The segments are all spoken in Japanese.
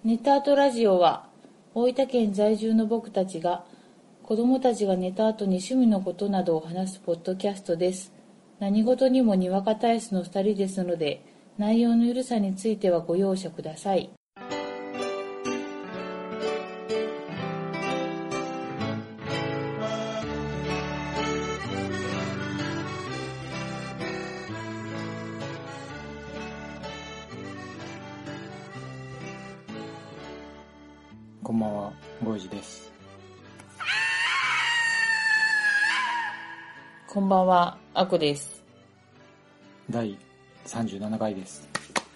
ネタアートラジオは大分県在住の僕たちが子どもたちが寝た後に趣味のことなどを話すポッドキャストです。何事にもにわか体質の2人ですので、内容のゆるさについてはご容赦ください。 こんばんは、ゴイジです。 こんばんは、あこです。 第37回です。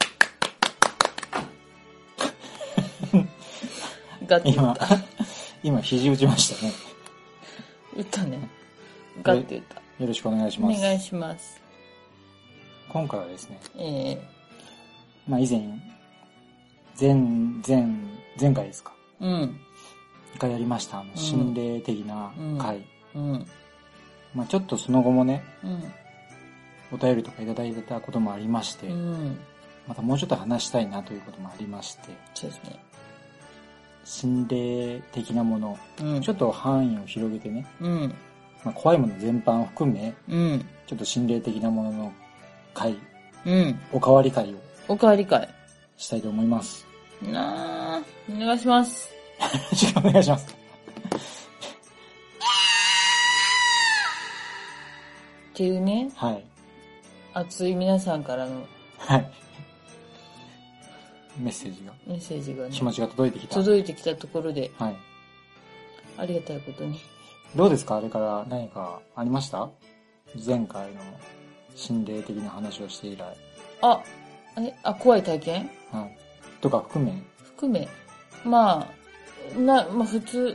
ガッて言った。 今肘打ちましたね。 言ったね。ガッて言った。 よろしくお願いします。 お願いします。 今回はですね、以前、前回ですか。一回やりました。心霊的な回。ちょっとその後もね、お便りとかいただいたこともありまして、またもうちょっと話したいなということもありまして、 そうですね。 心霊的なもの、ちょっと範囲を広げてね、怖いもの全般を含め、ちょっと心霊的なものの回、おかわり会をしたいと思います。 お願いします。 お願いします。 っていうね、 はい。 熱い皆さんからの、 はい。メッセージがね、気持ちが届いてきたところで、 はい。 ありがたいことに。 どうですか？あれから何かありました？前回の心霊的な話をして以来。 怖い体験？ はい。とか含め、 普通。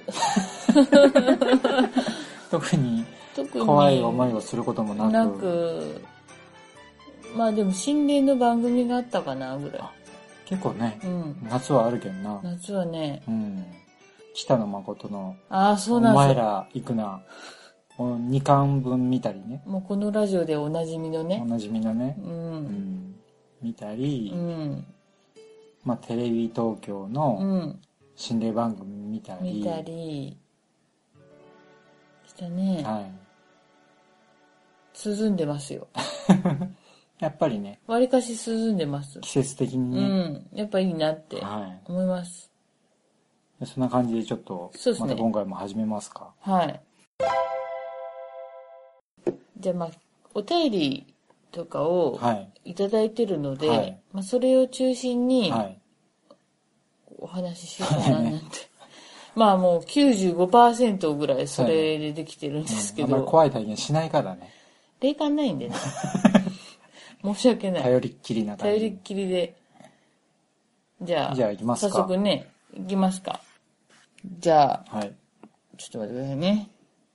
特に怖い思いをすることもなく。 でも心霊の番組があったかなぐらい。 結構ね、夏はあるけんな。 夏はね。 北野誠の、 そうなんですよ。 お前ら行くな。2巻分見たりね。 もうこのラジオでおなじみのね。 見たり、テレビ東京の心霊番組見たりしたね。 はい。 涼んでますよ。 やっぱりね。 わりかし涼んでます。 季節的にね。 やっぱいいなって思います。 そんな感じでちょっと、また今回も始めますか。 はい。じゃあお便りとかをいただいてるので、それを中心にお話ししようかななんて。もう 95% ぐらいそれでできてるんですけど。 あんまり怖い体験しないからね。 霊感ないんでね。申し訳ない。 頼りっきりな感じ。 頼りっきりで。じゃあ行きますか。 早速ね、行きますか。じゃあ、 はい。 ちょっと待ってくださいね。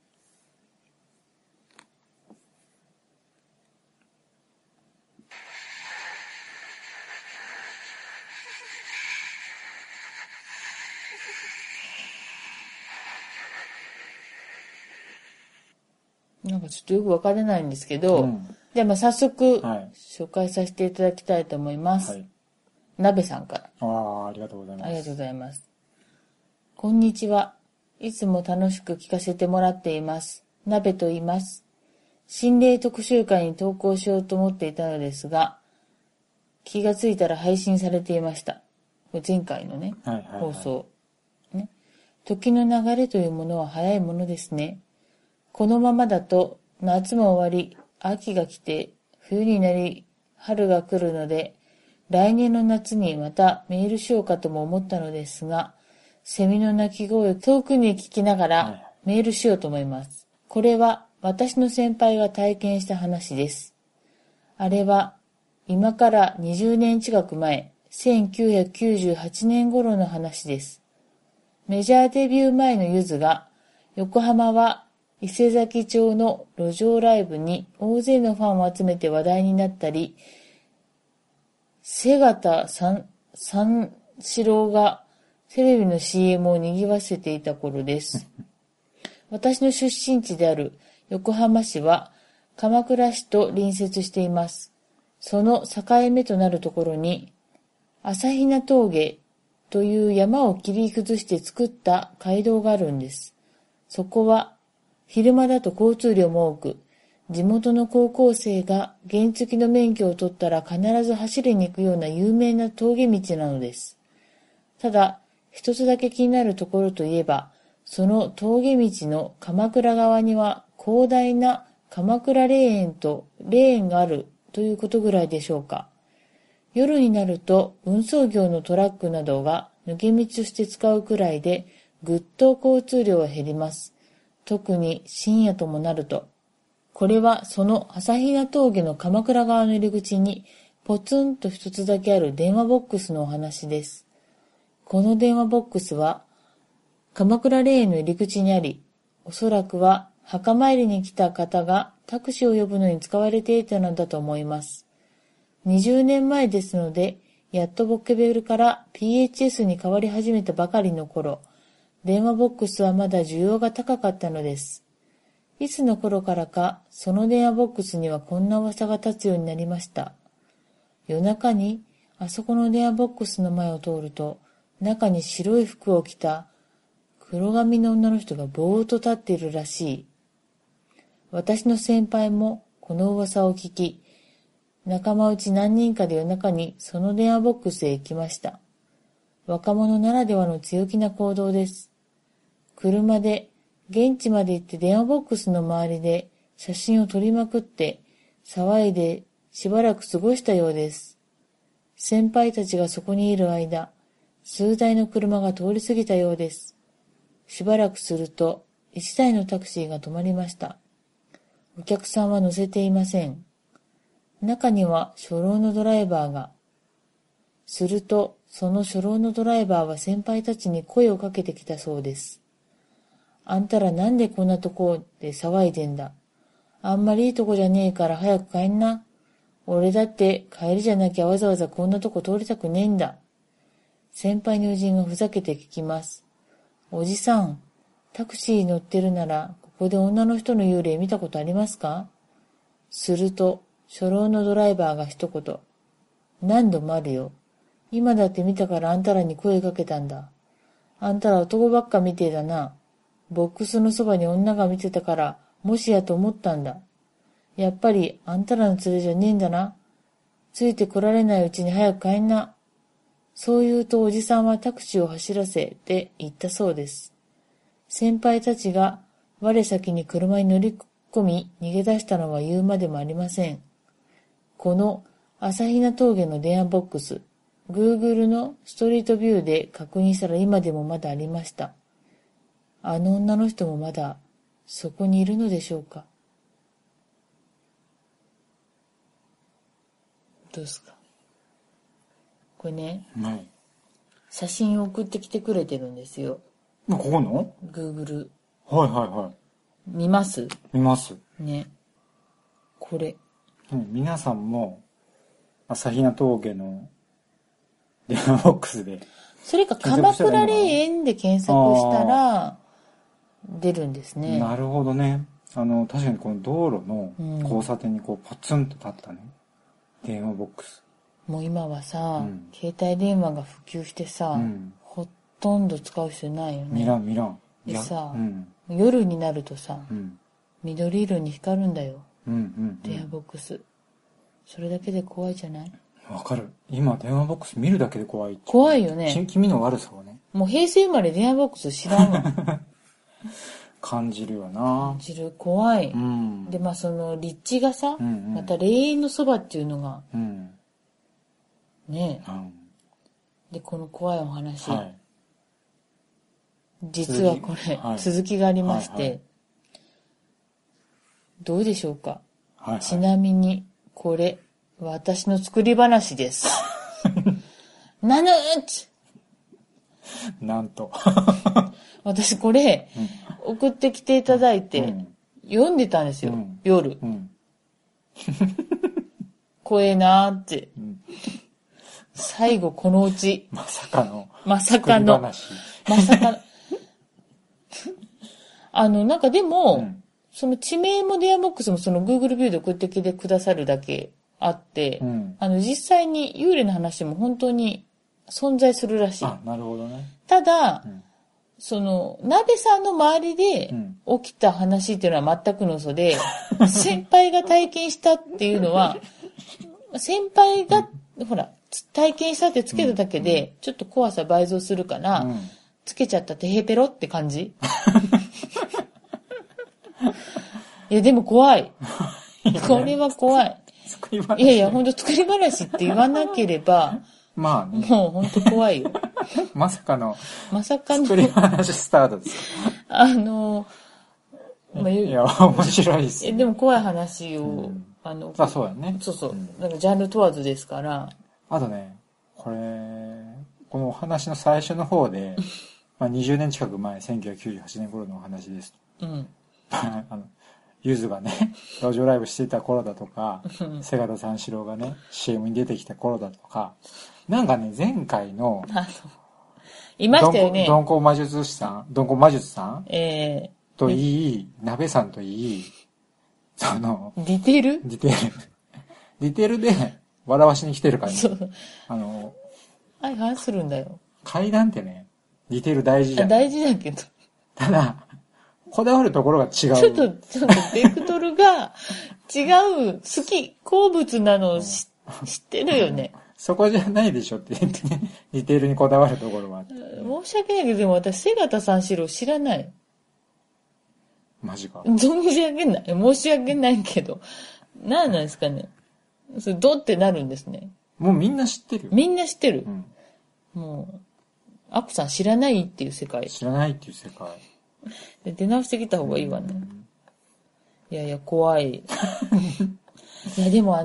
なんかちょっとよくわからないんですけど、じゃあ早速、紹介させていただきたいと思います。なべさんから。 ありがとうございます。 ありがとうございます。こんにちは。いつも楽しく聞かせてもらっています。なべと言います。心霊特集会に投稿しようと思っていたのですが、気がついたら配信されていました。これ前回のね、放送。時の流れというものは早いものですね。このままだと夏も終わり、秋が来て、冬になり、春が来るので、来年の夏にまたメールしようかとも思ったのですが、セミの鳴き声を遠くに聞きながらメールしようと思います。これは私の先輩が体験した話です。あれは今から20年近く前、1998年頃の話です。メジャーデビュー前のゆずが、横浜は伊勢崎町の路上ライブに大勢のファンを集めて話題になったり、瀬形三四郎がテレビの CM を賑わせていた頃です。私の出身地である横浜市は鎌倉市と隣接しています。その境目となるところに、朝比奈峠という山を切り崩して作った街道があるんです。そこは昼間だと交通量も多く、地元の高校生が原付の免許を取ったら必ず走りに行くような有名な峠道なのです。ただ、一つだけ気になるところといえば、その峠道の鎌倉側には広大な鎌倉霊園と霊園があるということぐらいでしょうか。夜になると運送業のトラックなどが抜け道として使うくらいでぐっと交通量は減ります。特に深夜ともなると。これはその朝比奈峠の鎌倉側の入り口にポツンと一つだけある電話ボックスのお話です。この電話ボックスは鎌倉霊園の入り口にあり、おそらくは墓参りに来た方がタクシーを呼ぶのに使われていたのだと思います。20年前ですので、やっとポケベルから PHS に変わり始めたばかりの頃、電話ボックスはまだ需要が高かったのです。いつの頃からか、その電話ボックスにはこんな噂が立つようになりました。夜中に、あそこの電話ボックスの前を通ると、中に白い服を着た黒髪の女の人がぼーっと立っているらしい。私の先輩もこの噂を聞き、仲間内何人かで夜中にその電話ボックスへ行きました。若者ならではの強気な行動です。車で現地まで行って電話ボックスの周りで写真を撮りまくって騒いでしばらく過ごしたようです。先輩たちがそこにいる間、数台の車が通り過ぎたようです。しばらくすると一台のタクシーが止まりました。お客さんは乗せていません。中には初老のドライバーが。すると、その初老のドライバーは先輩たちに声をかけてきたそうです。あんたらなんでこんなとこで騒いでんだ。あんまりいいとこじゃねえから早く帰んな。俺だって帰りじゃなきゃわざわざこんなとこ通りたくねえんだ。先輩の友人がふざけて聞きます。おじさん、タクシー乗ってるなら、ここで女の人の幽霊見たことありますか？すると、初老のドライバーが一言。何度もあるよ。今だって見たからあんたらに声かけたんだ。あんたら男ばっかみてえだな。ボックスのそばに女が見てたから、もしやと思ったんだ。やっぱりあんたらの連れじゃねえんだな。ついてこられないうちに早く帰んな。そう言うとおじさんはタクシーを走らせて言ったそうです。先輩たちが我先に車に乗り込み逃げ出したのは言うまでもありません。この朝比奈峠の電話ボックス、Google のストリートビューで確認したら今でもまだありました。あの女の人もまだそこにいるのでしょうか。どうですか。これね、 はい、 写真を送ってきてくれてるんですよ。 ここの Google。 はいはいはい。 見ます？ 見ます。 ね。これ。 皆さんも朝比奈峠の電話ボックスでそれか鎌倉霊園で検索したら出るんですね。 なるほどね。確かにこの道路の交差点にこうポツンと立ったね、電話ボックス。 もう今はさ、携帯電話が普及してさ、ほとんど使う人ないよね。 見らん。 でさ、夜になるとさ、緑色に光るんだよ。電話ボックス。それだけで怖いじゃない？ わかる。今電話ボックス見るだけで怖い。 怖いよね。 君の悪さをね。 もう平成生まれ電話ボックス知らんわ。 感じるよな。 感じる。怖い。で、まあその立地がさ、また霊園のそばっていうのが、ねえ、で、この怖いお話。実はこれ、続きがありまして、どうでしょうか。ちなみに、これ、私の作り話です。なぬーちなんと。 私これ、送ってきていただいて、読んでたんですよ、夜。怖えなーって。最後このうち。 まさかの。 なんかでも、その地名も電話ボックスもその Google ビューで送ってきてくださるだけあって、実際に幽霊の話も本当に存在するらしい。 あ、なるほどね。 ただ、鍋さんの周りで起きた話っていうのは全くの嘘で、先輩が体験したっていうのは、先輩が、ほら、体験したってつけただけで、ちょっと怖さ倍増するから、つけちゃったてへぺろって感じ。いや、でも怖い。これは怖い。いやいや、ほんと作り話って言わなければ、 まあね。 もうほんと怖いよ。 まさかの作り話スタートですか。いや、面白いですね。 でも怖い話を、 そうやね。 そう。なんかジャンル問わずですから。 あとね、このお話の最初の方で、20年近く前、1998年頃のお話です。ゆずがね、路上ライブしていた頃だとか、瀬形三四郎がね、CM に出てきた頃だとか、なんかね、前回の、 いましたよね。 鈍行魔術さんといい、鍋さんといい、 ディテールで笑わしに来てるからね。 相反するんだよ。 階段ってね、ディテール大事じゃん。 大事だけど。 ただ、こだわるところが違う。 ちょっと、ベクトルが違う、好物なのを知ってるよね。 そこじゃないでしょって言ってね、ディテールにこだわるところは。 申し訳ないけど、でも私、瀬形三四郎知らない。 マジか。 申し訳ないけど。何なんですかね。それ、ドってなるんですね。 もうみんな知ってるよ。 みんな知ってる。もう、アップさん知らないっていう世界。 知らないっていう世界。 で出直してきた方がいいわね。いやいや、怖い。いや、でも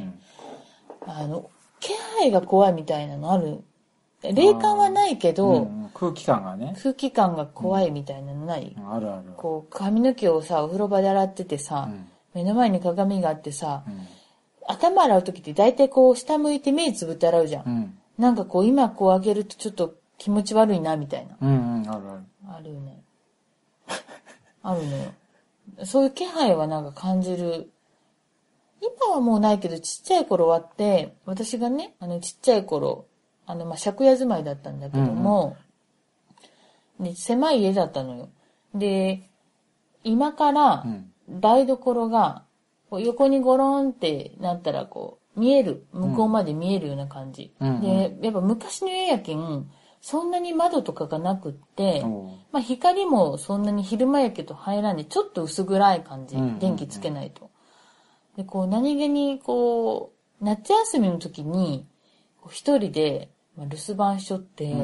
気配が怖いみたいなのある。霊感はないけど、 空気感がね。 空気感が怖いみたいなのない？ あるある。 こう、髪の毛をさ、お風呂場で洗っててさ、目の前に鏡があってさ、頭洗う時って大体こう、下向いて目つぶって洗うじゃん。なんかこう、今こう上げるとちょっと気持ち悪いな、みたいな。 あるある。 あるよね。あるのよ。そういう気配はなんか感じる。今はもうないけど、ちっちゃい頃はあって、私がね、ちっちゃい頃、借家住まいだったんだけども、で狭い家だったのよ。で、今から台所がこう横にゴロンってなったらこう見える、向こうまで見えるような感じ。で、やっぱ昔の家やけん、そんなに窓とかがなくって、光もそんなに昼間やけど入らんで、ちょっと薄暗い感じ。電気つけないと。で、こう何気にこう、夏休みの時に、一人で留守番しとって、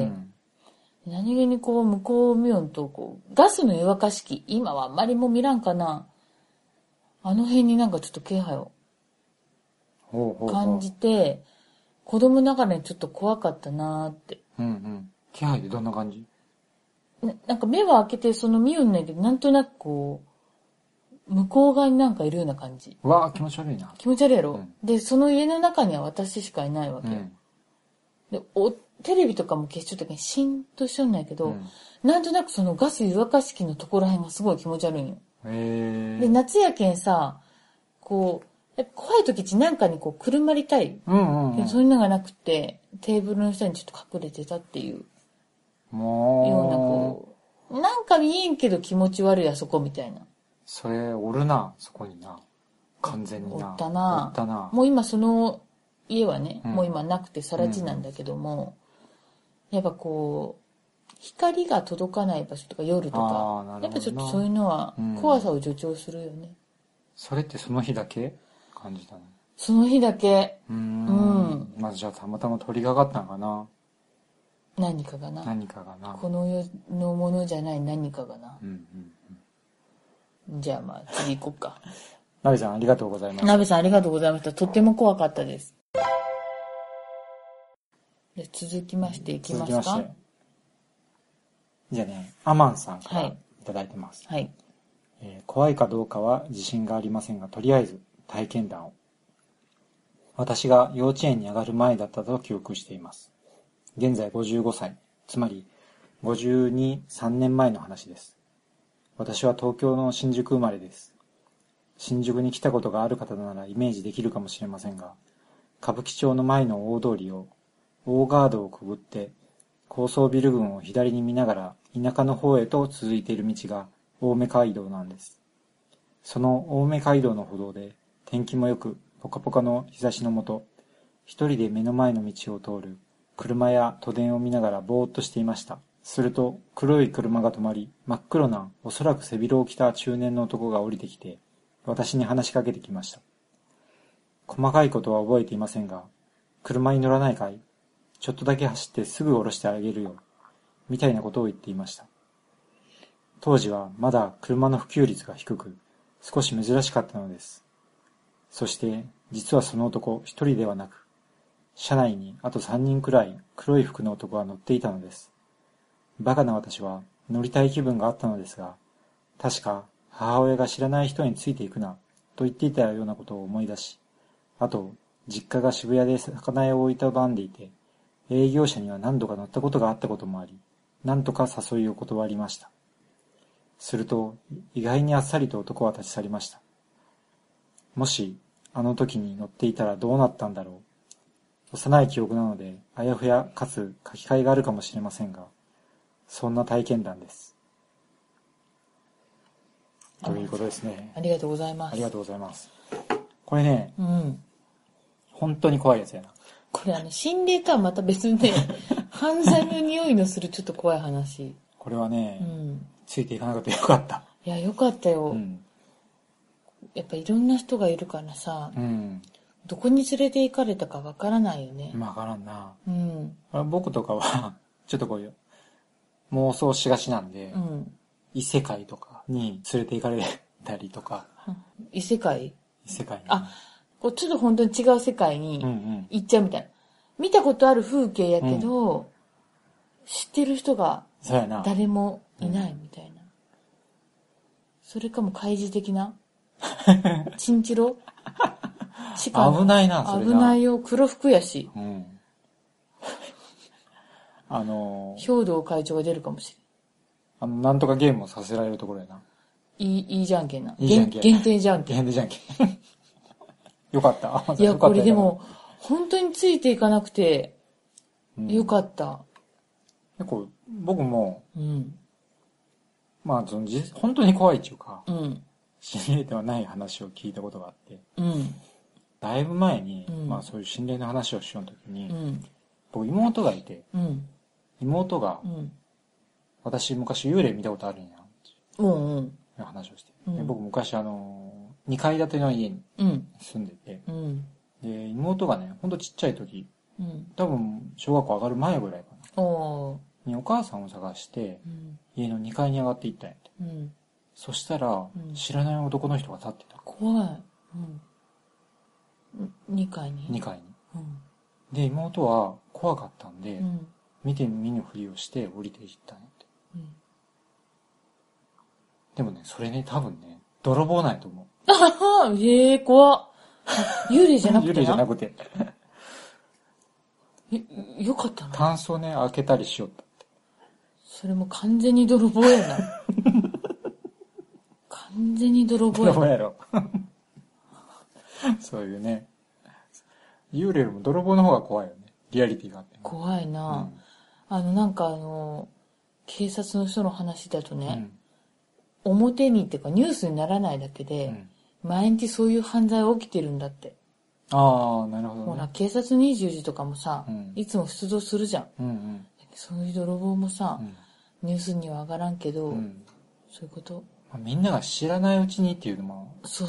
何気にこう向こう見よんと、こう、ガスの湯沸かし器、今はあんまりもう見らんかな。あの辺になんかちょっと気配を感じて、子供ながらにちょっと怖かったなーって。 気配ってどんな感じ？ なんか目は開けてその見よんないけど、なんとなくこう、向こう側になんかいるような感じ。 うわぁ、気持ち悪いな。 気持ち悪いやろ、で、その家の中には私しかいないわけよ。で、テレビとかも消しちゃったけど、シーンとしちゃうんだけど、なんとなくそのガス湯沸かし器のところらへんがすごい気持ち悪いんよ。で、夏やけんさ、こう、怖い時ってなんかにこう、くるまりたい。そういうのがなくて、テーブルの下にちょっと隠れてたっていう。ようなこう、なんか見えんけど気持ち悪いあそこみたいな。 それ、おるな、そこにな。完全にな。 おったな。もう今その家はね、もう今なくて更地なんだけども、やっぱこう、光が届かない場所とか夜とか、やっぱちょっとそういうのは怖さを助長するよね。 それってその日だけ感じたの？ その日だけ。 まあじゃあたまたま取り掛かったのかな。 何かがな。この世のものじゃない何かがな。じゃあまあ次行こっか。 なべさんありがとうございました。 なべさんありがとうございました。とっても怖かったです。で続きましていきますか。 じゃあね、アマンさんからいただいてます。怖いかどうかは自信がありませんが、とりあえず体験談を。私が幼稚園に上がる前だったと記憶しています。現在55歳、つまり52、3年前の話です。私は東京の新宿生まれです。新宿に来たことがある方ならイメージできるかもしれませんが、歌舞伎町の前の大通りを大ガードをくぐって高層ビル群を左に見ながら田舎の方へと続いている道が青梅街道なんです。その青梅街道の歩道で天気もよくポカポカの日差しの下、一人で目の前の道を通る車や都電を見ながらぼーっとしていました。すると黒い車が止まり、真っ黒なおそらく背広を着た中年の男が降りてきて私に話しかけてきました。細かいことは覚えていませんが、車に乗らないかい？ちょっとだけ走ってすぐ降ろしてあげるよ。みたいなことを言っていました。当時はまだ車の普及率が低く、少し珍しかったのです。そして、実はその男一人ではなく、車内にあと3人くらい黒い服の男が乗っていたのです。バカな私は乗りたい気分があったのですが、確か母親が知らない人についていくな、と言っていたようなことを思い出し、あと、実家が渋谷で魚屋を置いた番でいて、営業者には何度か乗ったことがあったこともあり、なんとか誘いを断りました。すると、意外にあっさりと男は立ち去りました。もし、あの時に乗っていたらどうなったんだろう。幼い記憶なので、あやふやかつ書き換えがあるかもしれませんが、そんな体験談です。ということですね。 ありがとうございます。 ありがとうございます。これね、本当に怖いやつやな。 これ心霊とはまた別で、犯罪の匂いのするちょっと怖い話。 これはね、ついていかなかったよかった。 いや、よかったよ。やっぱいろんな人がいるからさ、どこに連れて行かれたかわからないよね。 わからんな。僕とかは、ちょっとこういう妄想しがちなんで、異世界とかに連れて行かれたりとか。 異世界？ 異世界に。 こうちょっと本当に違う世界に行っちゃうみたいな。見たことある風景やけど、知ってる人が誰もいないみたいな。それかも開示的なチンチロ危ないな、それな。 危ないよ、黒服やし。兵道会長が出るかもしれん。なんとかゲームをさせられるところやな。 いいじゃんけんな。 いいじゃんけん。 限定じゃんけん。 限定じゃんけん。よかった。 いや、これでも、本当についていかなくて、よかった。 結構、僕も、まあ、本当に怖いっていうか、心霊ではない話を聞いたことがあって、だいぶ前に、まあそういう心霊の話をしようときに、僕妹がいて、妹が、私昔幽霊見たことあるんや、って話をして、僕昔2階建ての家に住んでて、で妹がね、ほんとちっちゃい時、多分小学校上がる前ぐらいかな、にお母さんを探して、家の2階に上がっていったんやって、そしたら、知らない男の人が立ってた。 怖い。2階に？ 2 階に。で、妹は怖かったんで、見て見ぬふりをして降りていったんやって。でもね、それね、多分ね、泥棒なんやと思う。 怖っ。幽霊じゃなくて幽霊じゃなくて。 よかったな。 タンスをね、開けたりしよったって。 それも完全に泥棒やな。完全に泥棒やな。 泥棒やろ。そういうね。幽霊よりも泥棒の方が怖いよね。リアリティがあって、ね。 怖いな。警察の人の話だとね、表にっていうかニュースにならないだけで、毎日そういう犯罪が起きてるんだって。 ああ、なるほど、ね。 ほら、警察20時とかもさ、いつも出動するじゃん。そういう泥棒もさ、ニュースには上がらんけど、そういうこと。 みんなが知らないうちにっていうのも。 そう。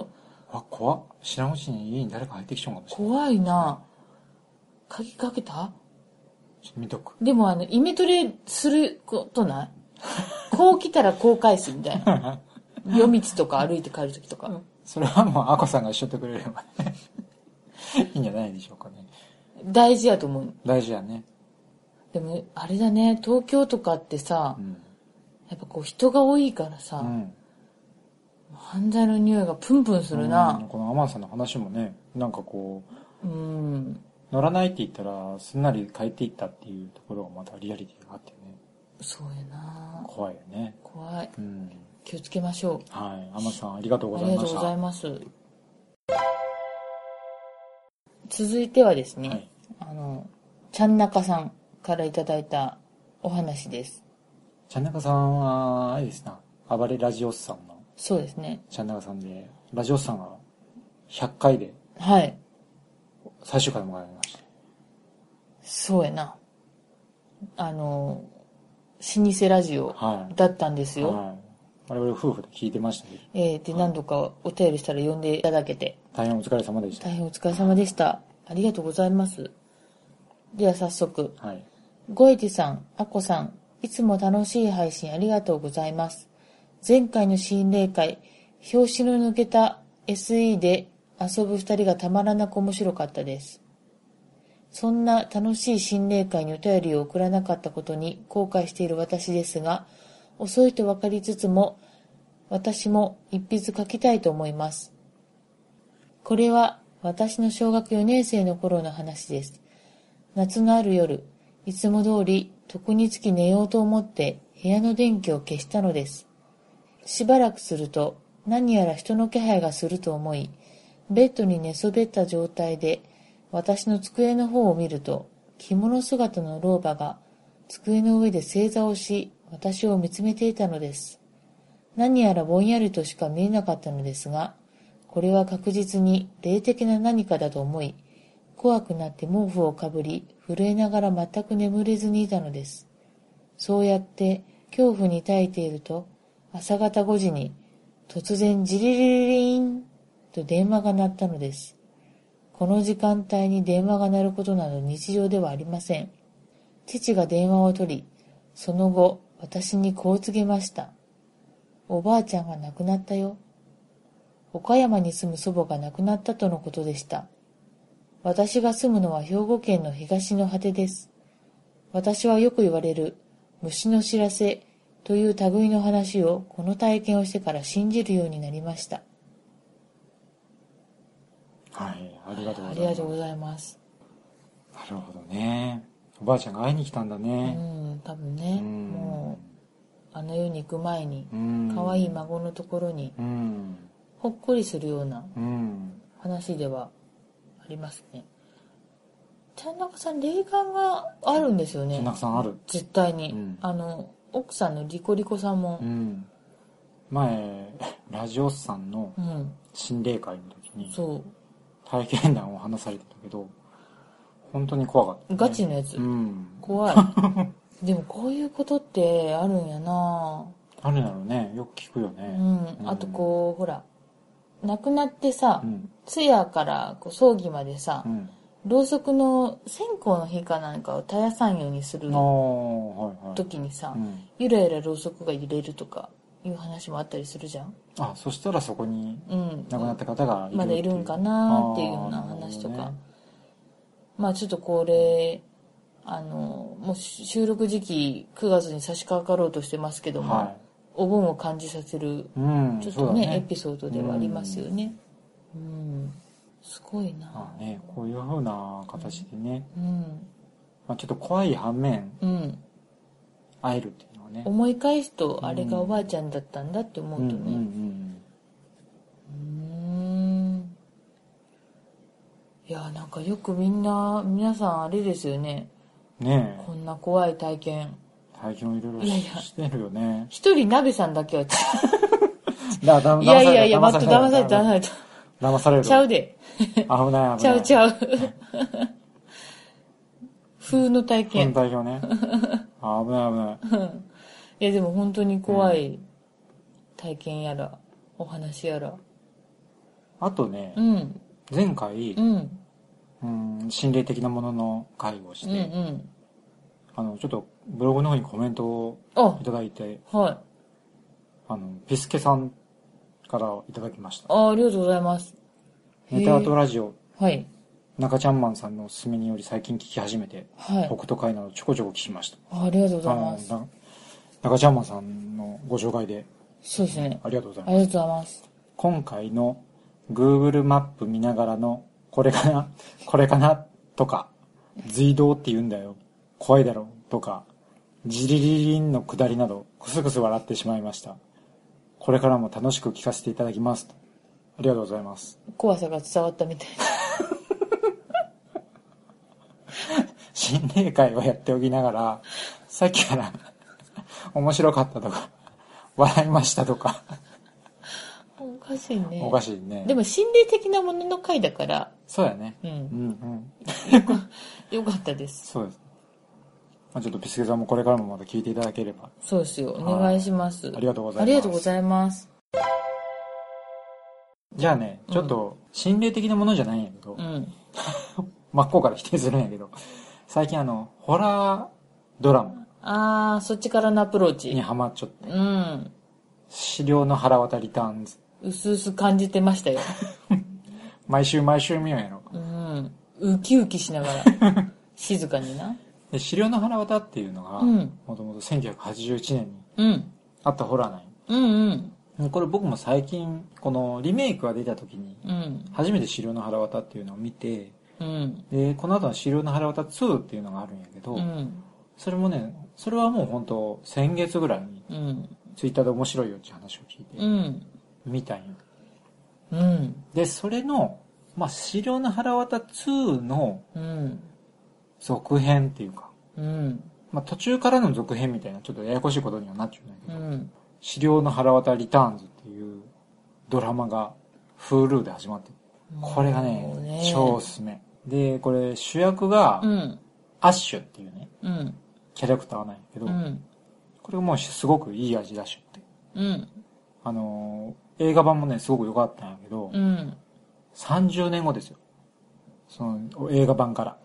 怖っ。知らんうちに家に誰か入ってきちゃうかもしれない。 怖いな。鍵かけた？ 見とく。 でもイメトレすることない？こう来たらこう返すみたいな。夜道とか歩いて帰るときとか。 それはもうアコさんが一緒ってくれればね。いいんじゃないでしょうかね。 大事やと思う。 大事やね。 でも、あれだね、東京とかってさ、やっぱこう人が多いからさ、犯罪の匂いがプンプンするな。 このアマンさんの話もね、なんかこう、乗らないって言ったらすんなり帰っていったっていうところがまたリアリティがあってね。 そうやな。 怖いよね。 怖い。気をつけましょう。 はい。アマンさんありがとうございました。 ありがとうございます。続いてはですね、 ちゃんなかさんからいただいたお話です。 ちゃんなかさんは、あれですな、暴れラジオスさんの。 そうですね。 ちゃんなかさんで、ラジオスさんが100回で。 はい。 最終回を迎えました。 そうやな。老舗ラジオだったんですよ。はい。 我々夫婦で聞いてましたけど。で、何度かお便りしたら呼んでいただけて。 大変お疲れ様でした。 大変お疲れ様でした。ありがとうございます。では早速。はい。ゴエティさん、アコさん、いつも楽しい配信ありがとうございます。前回の心霊会、表紙の抜けた SE で遊ぶ二人がたまらなく面白かったです。そんな楽しい心霊会にお便りを送らなかったことに後悔している私ですが、遅いと分かりつつも、私も一筆書きたいと思います。これは私の小学4年生の頃の話です。夏のある夜、いつも通り床につき寝ようと思って部屋の電気を消したのです。しばらくすると何やら人の気配がすると思い、ベッドに寝そべった状態で私の机の方を見ると、着物姿の老婆が机の上で正座をし、私を見つめていたのです。何やらぼんやりとしか見えなかったのですが、これは確実に霊的な何かだと思い、怖くなって毛布をかぶり、震えながら全く眠れずにいたのです。そうやって恐怖に耐えていると、朝方5時に突然ジリリリリンと電話が鳴ったのです。この時間帯に電話が鳴ることなど日常ではありません。父が電話を取り、その後私にこう告げました。おばあちゃんが亡くなったよ。岡山に住む祖母が亡くなったとのことでした。私が住むのは兵庫県の東の果てです。私はよく言われる虫の知らせという類の話をこの体験をしてから信じるようになりました。 はい、ありがとうございます。 ありがとうございます。 なるほどね。おばあちゃんが会いに来たんだね。 多分ね。もうあの世に行く前に可愛い孫のところにほっこりするような話ではありますね。ちゃんなかさん霊感があるんですよね。 ちゃんなかさんある。 絶対に。奥さんのリコリコさんも。 前ラジオスさんの心霊会の時に。 そう。 体験談を話されてたけど、本当に怖かった、ね。 ガチのやつ。怖い。でもこういうことってあるんやな。 あるんやろうね。よく聞くよね。 あとこう、ほら、亡くなってさ、通夜からこう葬儀までさ、ろうそくの線香の火かなんかを絶やさんようにする時にさ、ゆらゆらろうそくが揺れるとかいう話もあったりするじゃん。 そしたらそこに亡くなった方がいる、 まだいるんかなっていうような話とか。まあちょっとこれもう収録時期9月に差し掛かろうとしてますけども、お盆を感じさせるちょっとねエピソードではありますよね。すごいな。 こういう風な形でね、ちょっと怖い反面、会えるっていうのはね。 思い返すとあれがおばあちゃんだったんだって思うとね。いやなんかよく皆さんあれですよね。 ねこんな怖い体験をいろいろしてるよね。 一人鍋さんだけはいや待って、騙される。ちゃうで。 危ない。 ちゃう。風の体験。 風の体験ね。危ない。 いやでも本当に怖い体験やら、お話やら。 あとね、前回、心霊的なものの会をして、ちょっとブログの方にコメントをいただいて、ピスケさんからいただきました。 ありがとうございます。 ネタアートラジオ、中ちゃんマンさんのおすすめにより最近聞き始めて、北斗会などちょこちょこ聞きました。 ありがとうございます。 中ちゃんマンさんのご紹介で、 そうですね。 ありがとうございます。 ありがとうございます。 今回の Google マップ見ながらのこれかなとか、随道って言うんだよ、怖いだろとか、ジリリリンの下りなどクスクス笑ってしまいました。これからも楽しく聞かせていただきます。ありがとうございます。 怖さが伝わったみたいな。 心霊会をやっておきながら、さっきから面白かったとか、笑いましたとか。 おかしいね。 おかしいね。 でも心霊的なものの回だから。 そうやね。 うん。 うんうん。 よかったです。 そうです。まあ、ちょっとピスケさんもこれからもまた聞いていただければ。 そうですよ。お願いします。 ありがとうございます。 ありがとうございます。 じゃあね、ちょっと心霊的なものじゃないんやけど、真っ向から否定するんやけど、最近ホラードラマ。そっちからのアプローチ。 にハマっちゃって。資料の腹渡リターンズ。 うすうす感じてましたよ。 毎週見ようやろ。 ウキウキしながら。静かにな。 で、資料の腹渡っていうのが、もともと1981年にあったホラーなんよ。これ僕も最近、このリメイクが出た時に、初めて資料の腹渡っていうのを見て、で、この後の資料の腹渡2っていうのがあるんやけど、それもね、それはもう本当先月ぐらいに、ツイッターで面白いよっていう話を聞いて、見たんよ。で、それの、まあ、資料の腹渡2の、続編っていうか、まあ、途中からの続編みたいなちょっとややこしいことにはなっちゃうんだけど、資料の腹渡リターンズっていうドラマが Hulu で始まってる。これがね、超おすすめ。で、これ主役が、アッシュっていうね、キャラクターなんやけど、これがもうすごくいい味出しって。映画版もね、すごく良かったんやけど、30年後ですよ。その映画版から。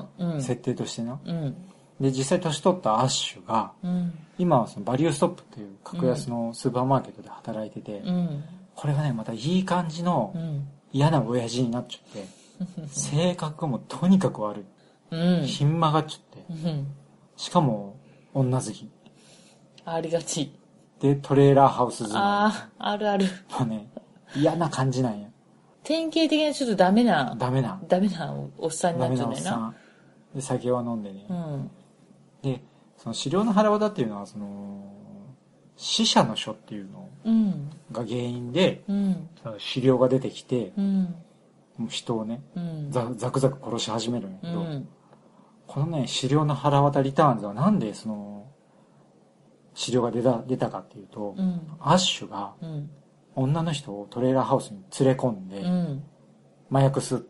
設定としてな。で、実際年取ったアッシュが、今はそのバリューストップっていう格安のスーパーマーケットで働いてて、これがね、またいい感じの嫌な親父になっちゃって、性格もとにかく悪い。ひん曲がっちゃって、しかも女好き。 ありがち。 で、トレーラーハウス住まい。あるある。 もうね、嫌な感じなんや。 典型的なちょっとダメなおっさんになっちゃうんだよな。 で、酒を飲んでね。で、その資料の腹渡っていうのは、その、死者の書っていうのが原因で、その資料が出てきて、人をね、ザクザク殺し始めるんやけど、このね、資料の腹渡リターンズはなんでその、資料が出たかっていうと、アッシュが、女の人をトレーラーハウスに連れ込んで、麻薬吸って、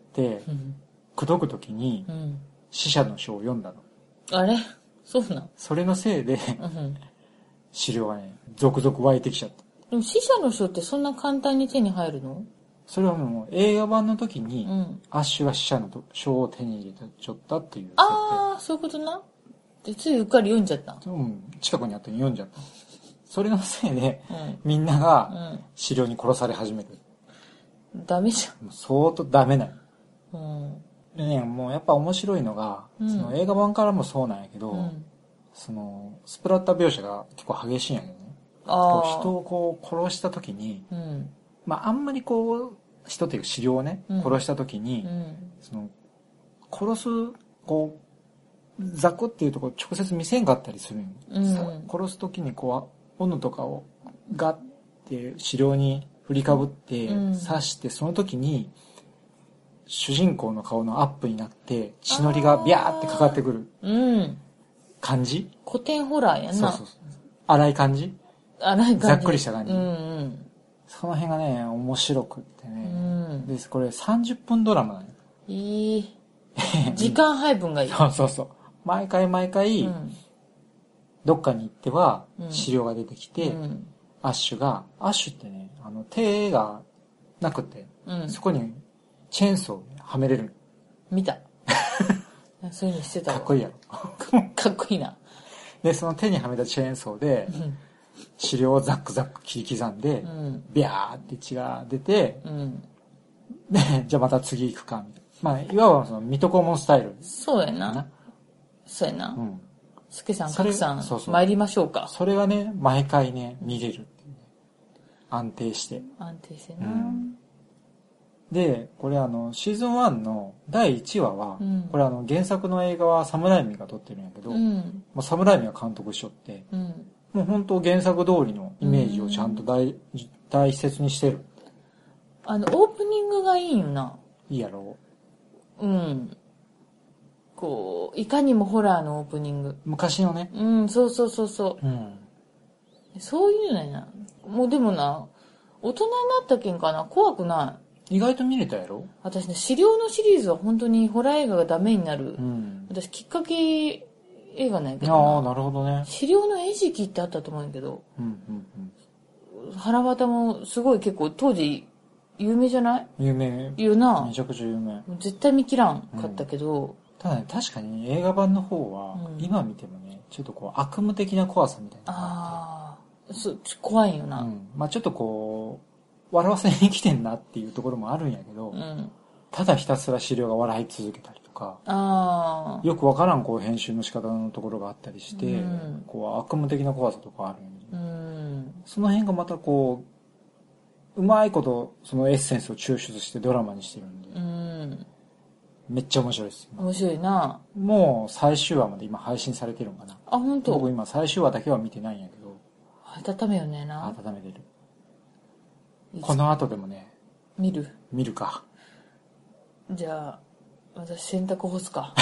口説くときに、死者の書を読んだの。 あれそうなん？ それのせいで、資料がね、続々湧いてきちゃった。 でも死者の書ってそんな簡単に手に入るの？ それはもう映画版の時に、アッシュが死者の書を手に入れちゃったっていう設定。 そういうことな。で、ついうっかり読んじゃった。 近くにあったのに読んじゃった。それのせいで、みんなが資料に殺され始めてる。 ダメじゃん。 相当ダメなの。でね、もうやっぱ面白いのが、その映画版からもそうなんやけど、その、スプラッタ描写が結構激しいんやけどね。人をこう殺した時に、まああんまりこう、人っていうか資料をね、殺した時に、その、殺す、こう、ザクっていうところ直接見せんかったりするん、殺す時にこう、斧とかをガッて資料に振りかぶって刺して、その時に、主人公の顔のアップになって血のりがビャーってかかってくる感じ、 古典ホラーやな。 そう荒い感じ、ざっくりした感じ、その辺がね面白くってね、でこれ30分ドラマなのよ。 時間配分がいい。 そう毎回、どっかに行っては資料が出てきて、アッシュってね手がなくて、そこにチェーンソーをはめれる。 見た。そういうのしてたわ。 かっこいいやろ。かっこいいな。 で、その手にはめたチェーンソーで、資料をザックザック切り刻んで、ビャーって血が出て、で、じゃあまた次行くか、みたいな。まあ、いわばその水戸黄門スタイル。 そうやな。そうやな。すけさん、かくさん、参りましょうか。 それがね、毎回ね、見れるっていうね。安定して。 安定してな。 で、これシーズン1の第1話は、これ原作の映画はサムライミが撮ってるんやけど、もうサムライミが監督しとって、もう本当原作通りのイメージをちゃんと大切にしてる。 オープニングがいいよな。 いいやろ。 ここう、いかにもホラーのオープニング。 昔のね。 うん、そうそうそうそう。うん。そういうのやな。もうでもな、大人になったけんかな、怖くない。 意外と見れたやろ？ 私ね、資料のシリーズは本当にホラー映画がダメになる。うん、私、きっかけ映画なんやけどな。 ああ、なるほどね。 資料の餌食ってあったと思うんやけど。うんうんうん。腹渡もすごい結構当時有名じゃない？ 有名。 言うな。 めちゃくちゃ有名。 絶対見切らんかったけど。うん、 ただね、確かに映画版の方は、今見てもね、ちょっとこう悪夢的な怖さみたいなのがあって。 怖いよな。 うん。まあちょっとこう、笑わせに来てんなっていうところもあるんやけど、うん、ただひたすら資料が笑い続けたりとか、よくわからんこう編集の仕方のところがあったりして、うん、こう悪夢的な怖さとかあるんで、うん、その辺がまたこう、うまいことそのエッセンスを抽出してドラマにしてるんで、うん、めっちゃ面白いです。 面白いな。 もう最終話まで今配信されてるのかな。 あ、本当。 僕今最終話だけは見てないんやけど。 温めよねな。 温めてる。この後でもね。 見るか。 じゃあ、私洗濯干すか。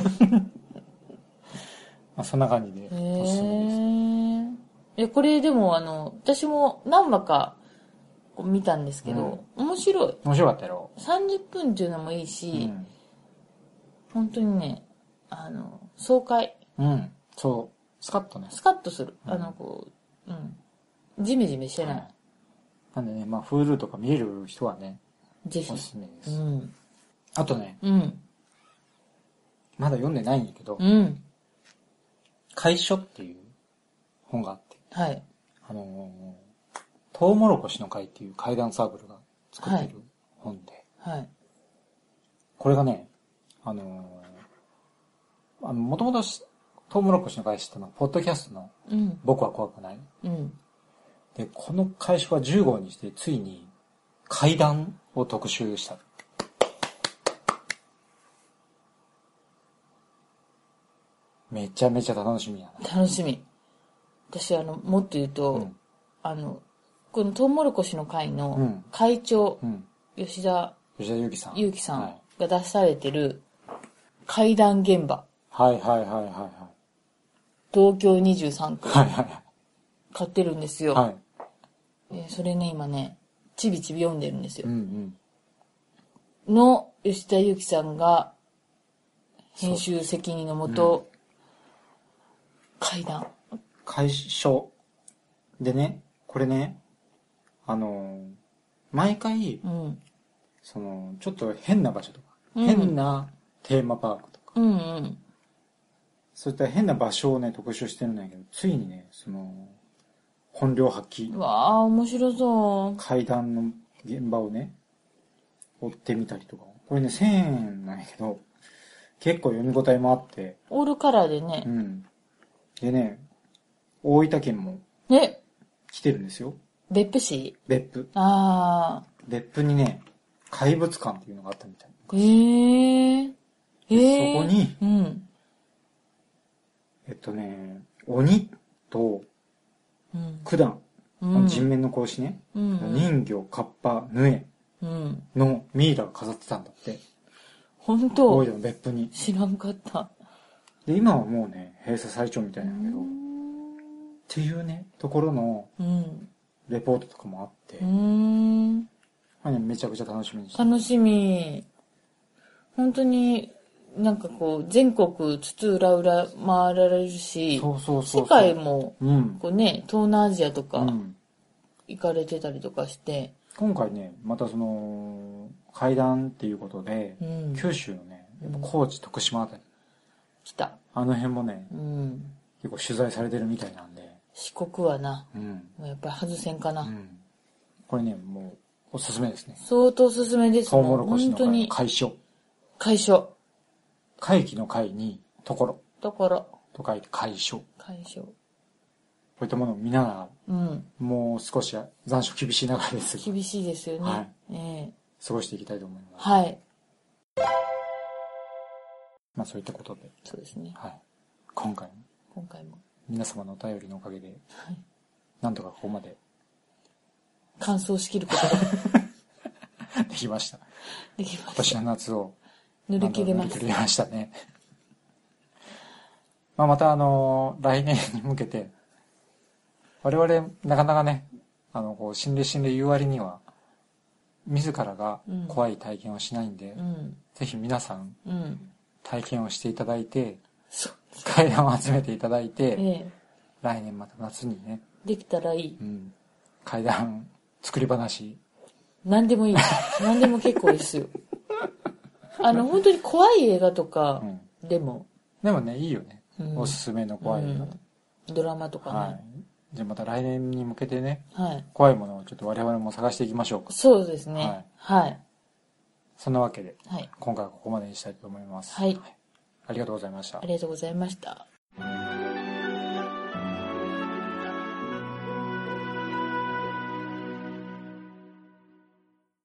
まあそんな感じでおすすめです。これでも私も何話か見たんですけど、面白い。 面白かったよ。 30分っていうのもいいし、本当にね、爽快。 うん。そう。スカッとね。 スカッとする。こう、ジメジメしてない。 なんでね、まあ、Hulu とか見れる人はね、 ぜひ。 おすすめです。あとね、まだ読んでないんだけど、怪書っていう本があって、はい。トウモロコシの会っていう怪談サークルが作ってる本で、はい。これがね、もともとトウモロコシの会ってのは、ポッドキャストの、僕は怖くない。で、この会社は10号にして、ついに怪談を特集した。めちゃめちゃ楽しみやな。 楽しみ。私、もっと言うと、このトウモロコシの会の会長、吉田祐樹さんが出されてる怪談現場。 はいはいはいはいはい。 東京23区。 はいはいはい。 買ってるんですよ。はい。それね、今ね、ちびちび読んでるんですよ。の、吉田祐樹さんが、編集責任のもと、怪談。 怪書。でね、これね、毎回、ちょっと変な場所とか、変なテーマパークとか、そういった変な場所をね、特集してるんだけど、ついにね、本領発揮。 うわあ、面白そう。 怪談の現場をね、追ってみたりとか。これね、1000円なんやけど、結構読み応えもあって。 オールカラーでね。 でね、大分県も、来てるんですよ。 別府市？ 別府。別府にね、怪物館っていうのがあったみたい。そこに、鬼と、九段、人面の格子ね、人魚、カッパ、ヌエのミイラが飾ってたんだって。 本当？ 大分の別府に。 知らんかった。 で、今はもうね、閉鎖最長みたいなんだけど、っていうね、ところの、レポートとかもあって、めちゃくちゃ楽しみにして。 楽しみ。本当に、なんかこう、全国津々浦々回られるし、世界も、こうね、東南アジアとか、行かれてたりとかして。 今回ね、また怪談っていうことで、九州のね、やっぱ高知、徳島あたり。 来た。 あの辺もね、結構取材されてるみたいなんで。 四国はな、もうやっぱり外せんかな。 これね、もう、おすすめですね。 相当おすすめです。 トウモロコシの怪書。 怪書。 怪奇の怪に、ところ。 ところ。 と書いて怪書。 怪書。こういったものを見ながら、もう少し残暑厳しい中ですが。厳しいですよね。はい。 過ごしていきたいと思います。 はい。 まあそういったことで。 そうですね。 はい。今回も。皆様のお便りのおかげで、なんとかここまで。 完走しきることができました。 できました。 今年の夏を乗り切れました。 乗り切れましたね。 また来年に向けて、我々なかなかね、心霊言う割には、自らが怖い体験をしないんで、ぜひ皆さん、体験をしていただいて、階段を集めていただいて、来年また夏にね。 できたらいい。 階段作り話。 何でもいい。何でも結構ですよ。本当に怖い映画とかでも。 でもね、いいよね。おすすめの怖い映画。 ドラマとかね。 はい。じゃあまた来年に向けてね、怖いものをちょっと我々も探していきましょうか。 そうですね。はい。 そんなわけで、今回はここまでにしたいと思います。はい。ありがとうございました。 ありがとうございました。